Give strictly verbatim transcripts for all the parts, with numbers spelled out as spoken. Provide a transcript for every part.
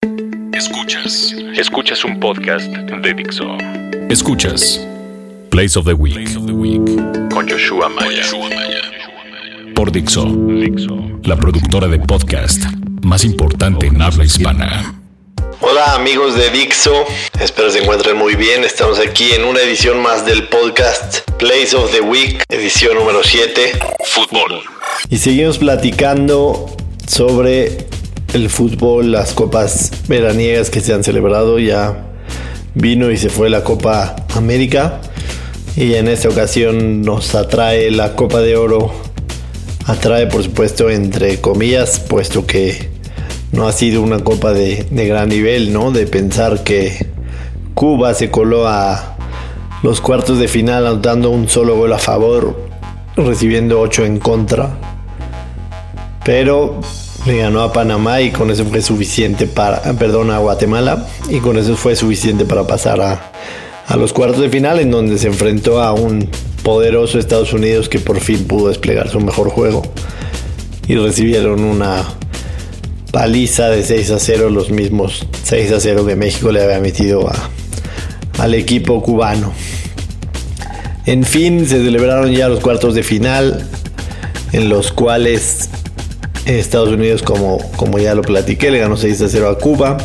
Escuchas. Escuchas un podcast de Dixo. Escuchas Place of the Week, Place of the Week. Con Joshua Maya. Por Dixo, Dixo, la productora de podcast más importante en habla hispana. Hola amigos de Dixo, espero se encuentren muy bien. Estamos aquí en una edición más del podcast Place of the Week, edición número siete, Fútbol. Y seguimos platicando sobre el fútbol, las copas veraniegas que se han celebrado. Ya vino y se fue la Copa América y en esta ocasión nos atrae la Copa de Oro. Atrae, por supuesto, entre comillas, puesto que no ha sido una copa de, de gran nivel, ¿no? De pensar que Cuba se coló a los cuartos de final anotando un solo gol a favor, recibiendo ocho en contra. Pero le ganó a Panamá y con eso fue suficiente para, perdón, a Guatemala, y con eso fue suficiente para pasar a, a los cuartos de final, en donde se enfrentó a un poderoso Estados Unidos que por fin pudo desplegar su mejor juego y recibieron una paliza de seis a cero, los mismos seis a cero que México le había metido a, al equipo cubano. En fin, se celebraron ya los cuartos de final, en los cuales Estados Unidos, como, como ya lo platiqué, le ganó seis a cero a Cuba.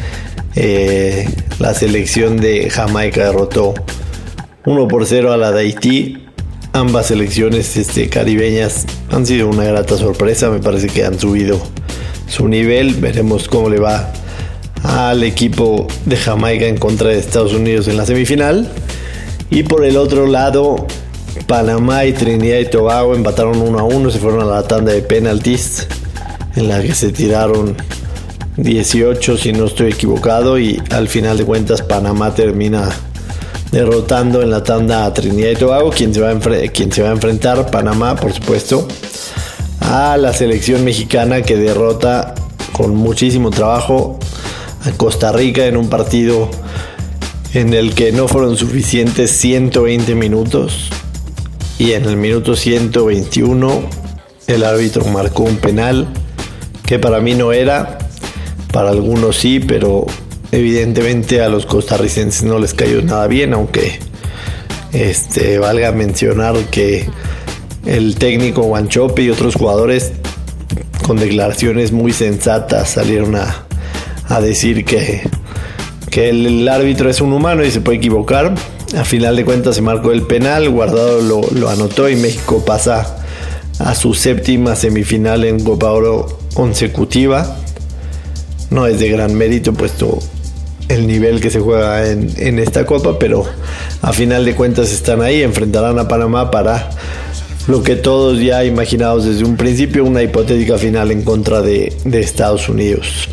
Eh, la selección de Jamaica derrotó uno por cero a la de Haití. Ambas selecciones este, caribeñas han sido una grata sorpresa. Me parece que han subido su nivel. Veremos cómo le va al equipo de Jamaica en contra de Estados Unidos en la semifinal. Y por el otro lado, Panamá y Trinidad y Tobago empataron uno a uno. Se fueron a la tanda de penaltis, en la que se tiraron dieciocho, si no estoy equivocado, y al final de cuentas Panamá termina derrotando en la tanda a Trinidad y Tobago, quien se va a, enfre- quien se va a enfrentar, Panamá por supuesto, a la selección mexicana, que derrota con muchísimo trabajo a Costa Rica en un partido en el que no fueron suficientes ciento veinte minutos, y en el minuto ciento veintiuno el árbitro marcó un penal que para mí no era, para algunos sí, pero evidentemente a los costarricenses no les cayó nada bien, aunque este, valga mencionar que el técnico Wanchope y otros jugadores con declaraciones muy sensatas salieron a, a decir que, que el, el árbitro es un humano y se puede equivocar. A final de cuentas se marcó el penal, Guardado lo, lo anotó y México pasa a su séptima semifinal en Copa Oro consecutiva. No es de gran mérito puesto el nivel que se juega en, en esta copa, pero a final de cuentas están ahí. Enfrentarán a Panamá para lo que todos ya imaginamos desde un principio, una hipotética final en contra de, de Estados Unidos.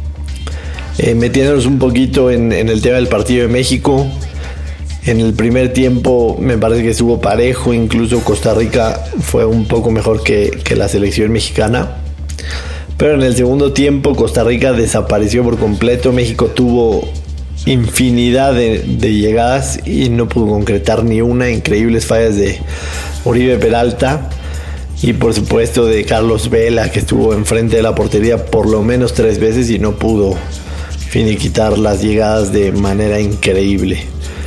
Eh, metiéndonos un poquito en, en el tema del partido de México, en el primer tiempo me parece que estuvo parejo, incluso Costa Rica fue un poco mejor que, que la selección mexicana. Pero en el segundo tiempo Costa Rica desapareció por completo. México tuvo infinidad de, de llegadas y no pudo concretar ni una. Increíbles fallas de Oribe Peralta y por supuesto de Carlos Vela, que estuvo enfrente de la portería por lo menos tres veces y no pudo finiquitar las llegadas de manera increíble.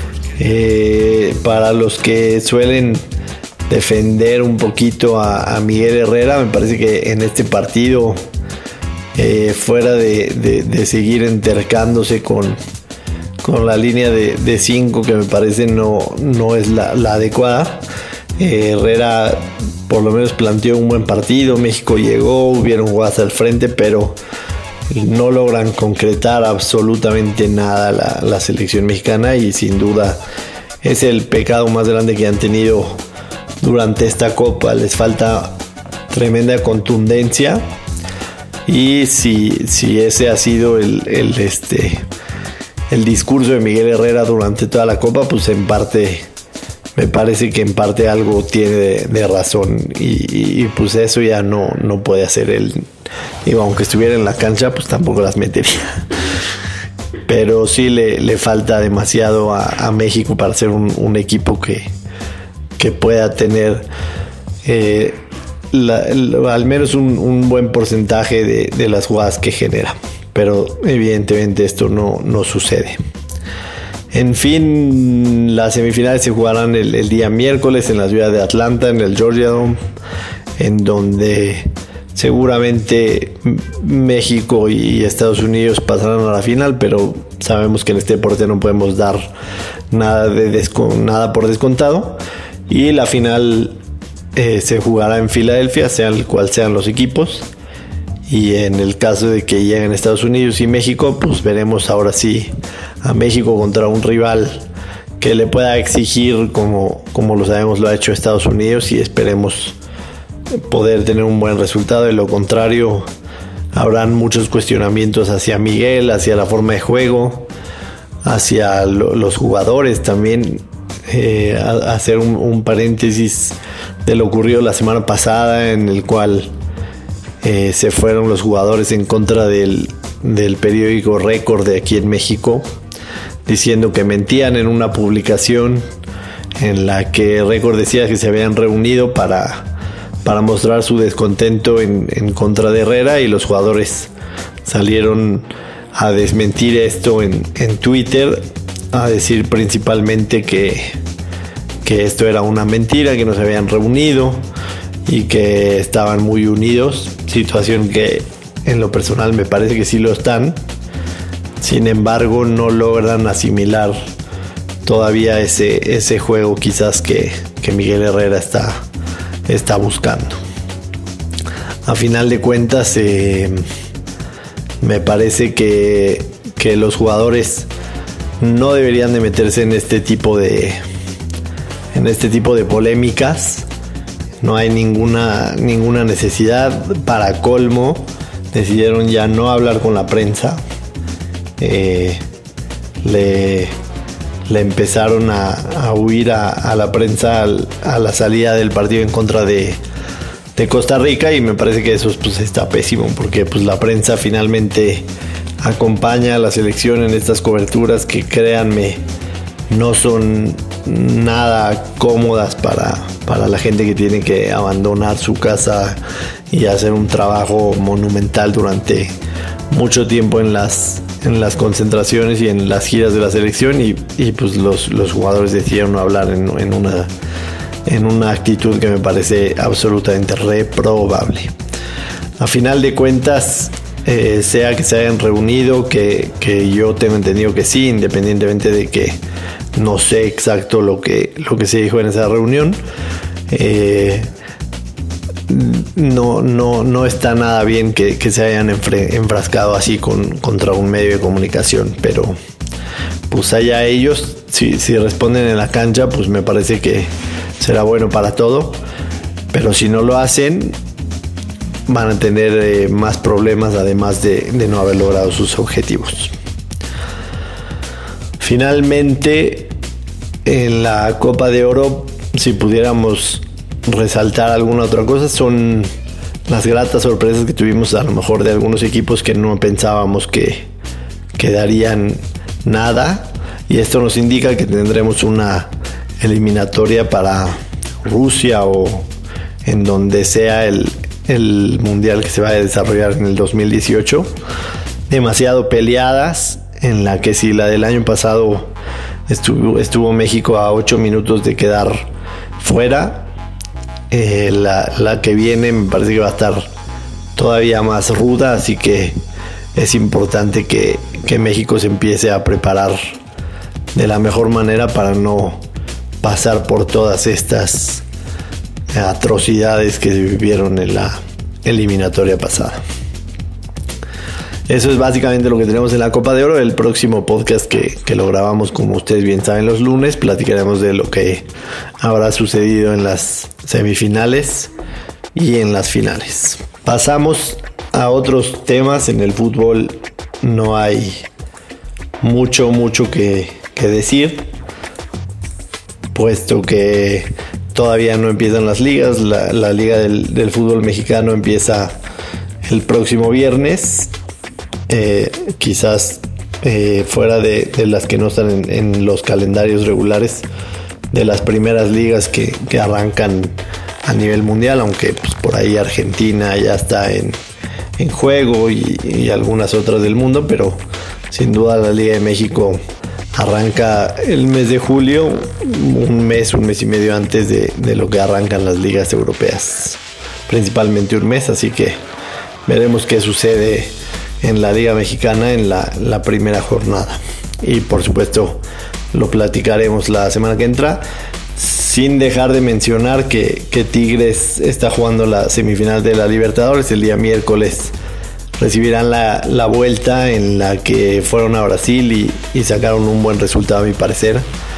Eh, para los que suelen defender un poquito a, a Miguel Herrera, me parece que en este partido, Eh, fuera de, de, de seguir entercándose con, con la línea de cinco, que me parece no, no es la, la adecuada, eh, Herrera por lo menos planteó un buen partido. México llegó, hubieron jugadas al frente, pero no logran concretar absolutamente nada la, la selección mexicana, y sin duda es el pecado más grande que han tenido durante esta copa. Les falta tremenda contundencia. Y si, si ese ha sido el, el, este, el discurso de Miguel Herrera durante toda la copa, pues en parte, me parece que en parte algo tiene de, de razón. Y, y, y pues eso ya no, no puede hacer él. Digo, aunque estuviera en la cancha, pues tampoco las metería. Pero sí le, le falta demasiado a, a México para ser un, un equipo que, que pueda tener Eh, La, la, al menos un, un buen porcentaje de, de las jugadas que genera. pero evidentemente esto no, no sucede. En fin, las semifinales se jugarán el, el día miércoles en la ciudad de Atlanta, en el Georgia Dome, en donde seguramente México y Estados Unidos pasarán a la final, pero sabemos que en este deporte no podemos dar nada, de desco- nada por descontado. Y la final eh, se jugará en Filadelfia, sean cual sean los equipos. Y en el caso de que lleguen Estados Unidos y México, pues veremos ahora sí a México contra un rival que le pueda exigir como, como lo sabemos lo ha hecho Estados Unidos, y esperemos poder tener un buen resultado. De lo contrario, habrán muchos cuestionamientos hacia Miguel, hacia la forma de juego, hacia lo, los jugadores también. Eh, a, a hacer un, un paréntesis de lo ocurrido la semana pasada, en el cual Eh, se fueron los jugadores en contra del, del periódico Récord de aquí en México, diciendo que mentían en una publicación en la que Récord decía que se habían reunido para, para mostrar su descontento en, en contra de Herrera, y los jugadores salieron a desmentir esto en, en Twitter, a decir principalmente que, que esto era una mentira, que no se habían reunido y que estaban muy unidos, situación que en lo personal me parece que sí lo están. Sin embargo, no logran asimilar todavía ese, ese juego quizás que, que Miguel Herrera está, está buscando. A final de cuentas, eh, me parece que, que los jugadores no deberían de meterse en este tipo de, en este tipo de polémicas. No hay ninguna, ninguna necesidad. Para colmo, decidieron ya no hablar con la prensa. Eh, le, le empezaron a, a huir a, a la prensa al, a la salida del partido en contra de, de Costa Rica, y me parece que eso pues, está pésimo, porque pues, la prensa finalmente acompaña a la selección en estas coberturas que, créanme, no son nada cómodas para, para la gente que tiene que abandonar su casa y hacer un trabajo monumental durante mucho tiempo en las, en las concentraciones y en las giras de la selección, y, y pues los, los jugadores decidieron no hablar en, en, una, en una actitud que me parece absolutamente reprobable. A final de cuentas, eh, sea que se hayan reunido, que, que yo tengo entendido que sí, independientemente de que no sé exacto lo que, lo que se dijo en esa reunión, eh, no, no, no está nada bien que, que se hayan enfre, enfrascado así con, contra un medio de comunicación, pero pues allá ellos, si, si responden en la cancha, pues me parece que será bueno para todo, pero si no lo hacen, van a tener eh, más problemas, además de, de no haber logrado sus objetivos. Finalmente, en la Copa de Oro, si pudiéramos resaltar alguna otra cosa, son las gratas sorpresas que tuvimos a lo mejor de algunos equipos que no pensábamos que, que darían nada, y esto nos indica que tendremos una eliminatoria para Rusia o en donde sea el, el mundial que se va a desarrollar en el dos mil dieciocho, demasiado peleadas, en la que si la del año pasado estuvo, estuvo México a ocho minutos de quedar fuera, eh, la, la que viene me parece que va a estar todavía más ruda, así que es importante que, que México se empiece a preparar de la mejor manera para no pasar por todas estas atrocidades que se vivieron en la eliminatoria pasada. Eso es básicamente lo que tenemos en la Copa de Oro. El próximo podcast que, que lo grabamos, como ustedes bien saben, los lunes, platicaremos de lo que habrá sucedido en las semifinales y en las finales. Pasamos a otros temas. En el fútbol no hay mucho, mucho que, que decir, puesto que todavía no empiezan las ligas. La, la liga del, del fútbol mexicano empieza el próximo viernes. Eh, quizás eh, fuera de, de las que no están en, en los calendarios regulares de las primeras ligas que, que arrancan a nivel mundial, aunque pues, por ahí Argentina ya está en, en juego y, y algunas otras del mundo, pero sin duda la Liga de México arranca el mes de julio, un mes, un mes y medio antes de, de lo que arrancan las ligas europeas, principalmente un mes, así que veremos qué sucede en la Liga Mexicana en la, la primera jornada. Y por supuesto lo platicaremos la semana que entra, sin dejar de mencionar que, que Tigres está jugando la semifinal de la Libertadores. El día miércoles recibirán la, la vuelta en la que fueron a Brasil y, y sacaron un buen resultado, a mi parecer.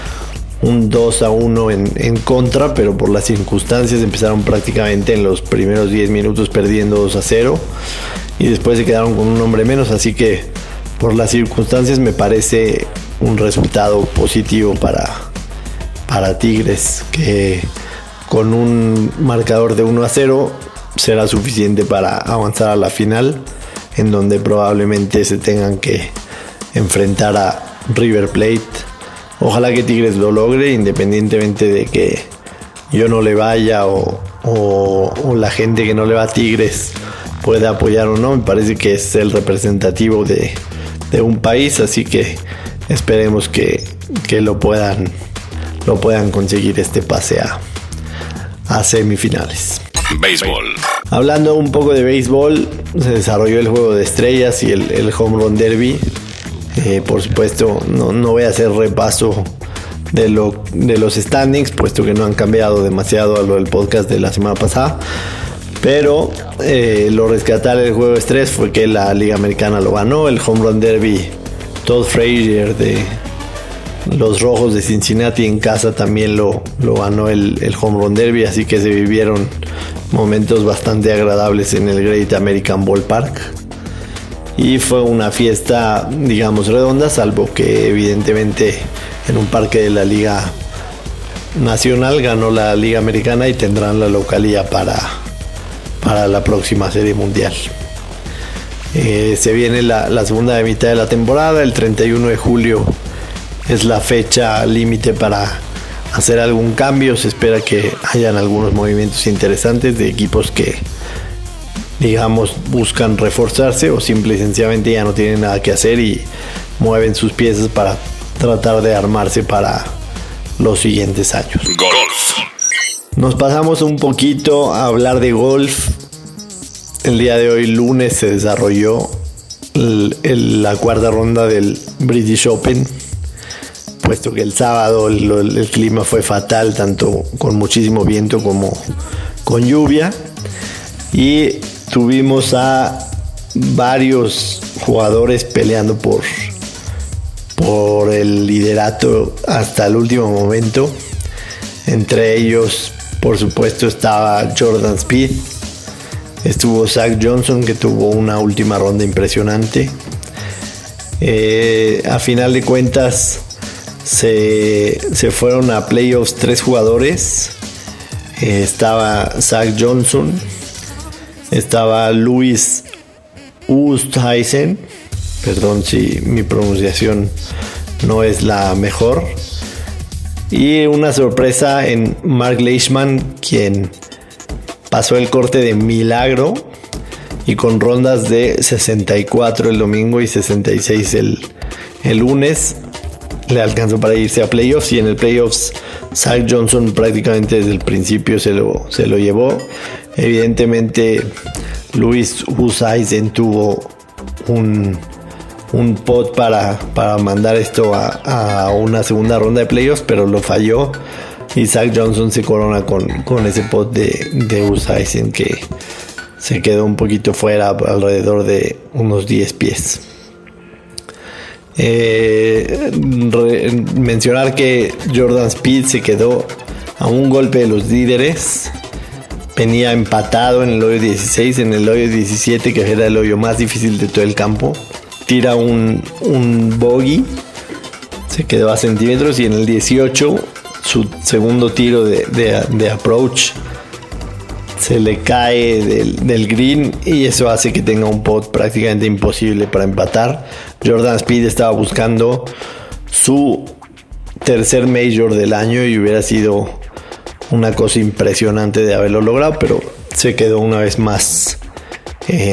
Un dos a uno en, en contra, pero por las circunstancias empezaron prácticamente en los primeros diez minutos perdiendo dos a cero y después se quedaron con un hombre menos, así que por las circunstancias me parece un resultado positivo para, para Tigres, que con un marcador de uno a cero será suficiente para avanzar a la final, en donde probablemente se tengan que enfrentar a River Plate. Ojalá que Tigres lo logre, independientemente de que yo no le vaya o, o, o la gente que no le va a Tigres pueda apoyar o no. Me parece que es el representativo de, de un país, así que esperemos que, que lo puedan, lo puedan conseguir este pase a, a semifinales. Béisbol. Hablando un poco de béisbol, se desarrolló el juego de estrellas y el, el home run derby. Eh, por supuesto, no, no voy a hacer repaso de, lo, de los standings, puesto que no han cambiado demasiado a lo del podcast de la semana pasada. Pero eh, lo rescatable del juego de estrés fue que la Liga Americana lo ganó. El home run derby, Todd Frazier de los Rojos de Cincinnati en casa también lo, lo ganó el, el home run derby. Así que se vivieron momentos bastante agradables en el Great American Ballpark. Y fue una fiesta, digamos, redonda, salvo que evidentemente en un parque de la Liga Nacional ganó la Liga Americana y tendrán la localía para, para la próxima Serie Mundial. Eh, se viene la, la segunda de mitad de la temporada. El treinta y uno de julio es la fecha límite para hacer algún cambio. Se espera que hayan algunos movimientos interesantes de equipos que, digamos, buscan reforzarse o simple y sencillamente ya no tienen nada que hacer y mueven sus piezas para tratar de armarse para los siguientes años. Golf. Nos pasamos un poquito a hablar de golf. El día de hoy, lunes, se desarrolló el, el, la cuarta ronda del British Open, puesto que el sábado el, el clima fue fatal, tanto con muchísimo viento como con lluvia, y tuvimos a varios jugadores peleando por, por el liderato hasta el último momento. Entre ellos, por supuesto, estaba Jordan Spieth, estuvo Zach Johnson, que tuvo una última ronda impresionante. Eh, a final de cuentas se, se fueron a playoffs tres jugadores. Eh, estaba Zach Johnson, estaba Louis Oosthuizen, perdón si mi pronunciación no es la mejor, y una sorpresa en Mark Leishman, quien pasó el corte de milagro y con rondas de sesenta y cuatro el domingo y sesenta y seis el, el lunes le alcanzó para irse a playoffs. Y en el playoffs Zach Johnson prácticamente desde el principio se lo, se lo llevó. Evidentemente Louis Oosthuizen tuvo un, un pot para, para mandar esto a, a una segunda ronda de playoffs, pero lo falló y Zach Johnson se corona con, con ese pot de, de Oosthuizen, que se quedó un poquito fuera, alrededor de unos diez pies. Eh, re, mencionar que Jordan Spieth se quedó a un golpe de los líderes. Venía empatado en el hoyo dieciséis, en el hoyo diecisiete, que era el hoyo más difícil de todo el campo, tira un, un bogey, se quedó a centímetros, y en el dieciocho su segundo tiro de, de, de approach se le cae del, del green, y eso hace que tenga un pot prácticamente imposible para empatar. Jordan Spieth estaba buscando su tercer major del año y hubiera sido una cosa impresionante de haberlo logrado, pero se quedó una vez más eh,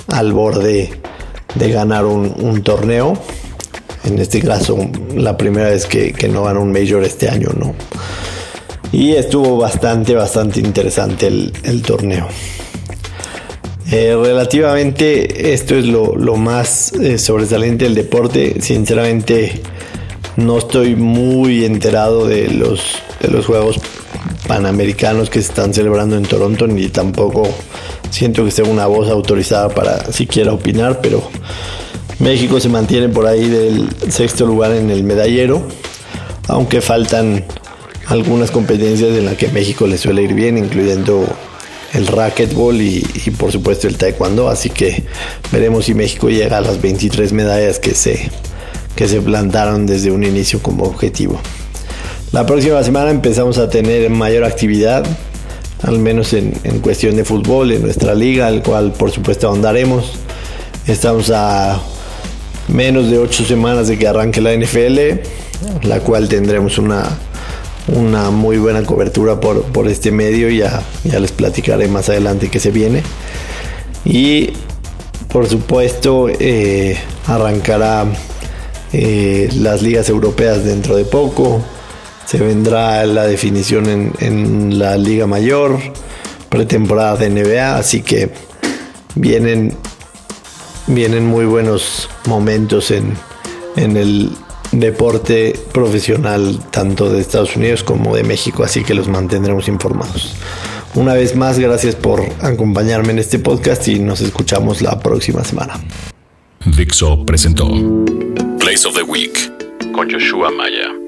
al borde de ganar un, un torneo. En este caso, la primera vez que, que no gana un Major este año, ¿no? Y estuvo bastante, bastante interesante el, el torneo. Eh, relativamente, esto es lo, lo más eh, sobresaliente del deporte. Sinceramente, no estoy muy enterado de los, de los Juegos Panamericanos que se están celebrando en Toronto, ni tampoco siento que sea una voz autorizada para siquiera opinar, pero México se mantiene por ahí del sexto lugar en el medallero, aunque faltan algunas competencias en las que México le suele ir bien, incluyendo el racquetball y, y por supuesto el taekwondo, así que veremos si México llega a las veintitrés medallas que se, que se plantaron desde un inicio como objetivo. La próxima semana empezamos a tener mayor actividad, al menos en, en cuestión de fútbol, en nuestra liga, al cual por supuesto ahondaremos. Estamos a menos de ocho semanas de que arranque la N F L, la cual tendremos una, una muy buena cobertura por, por este medio. Ya, ya les platicaré más adelante qué se viene. Y por supuesto eh, arrancará eh, las ligas europeas dentro de poco. Se vendrá la definición en, en la Liga Mayor, pretemporada de N B A, así que vienen, vienen muy buenos momentos en, en el deporte profesional, tanto de Estados Unidos como de México, así que los mantendremos informados. Una vez más, gracias por acompañarme en este podcast y nos escuchamos la próxima semana. Dixo presentó Place of the Week con Joshua Maya.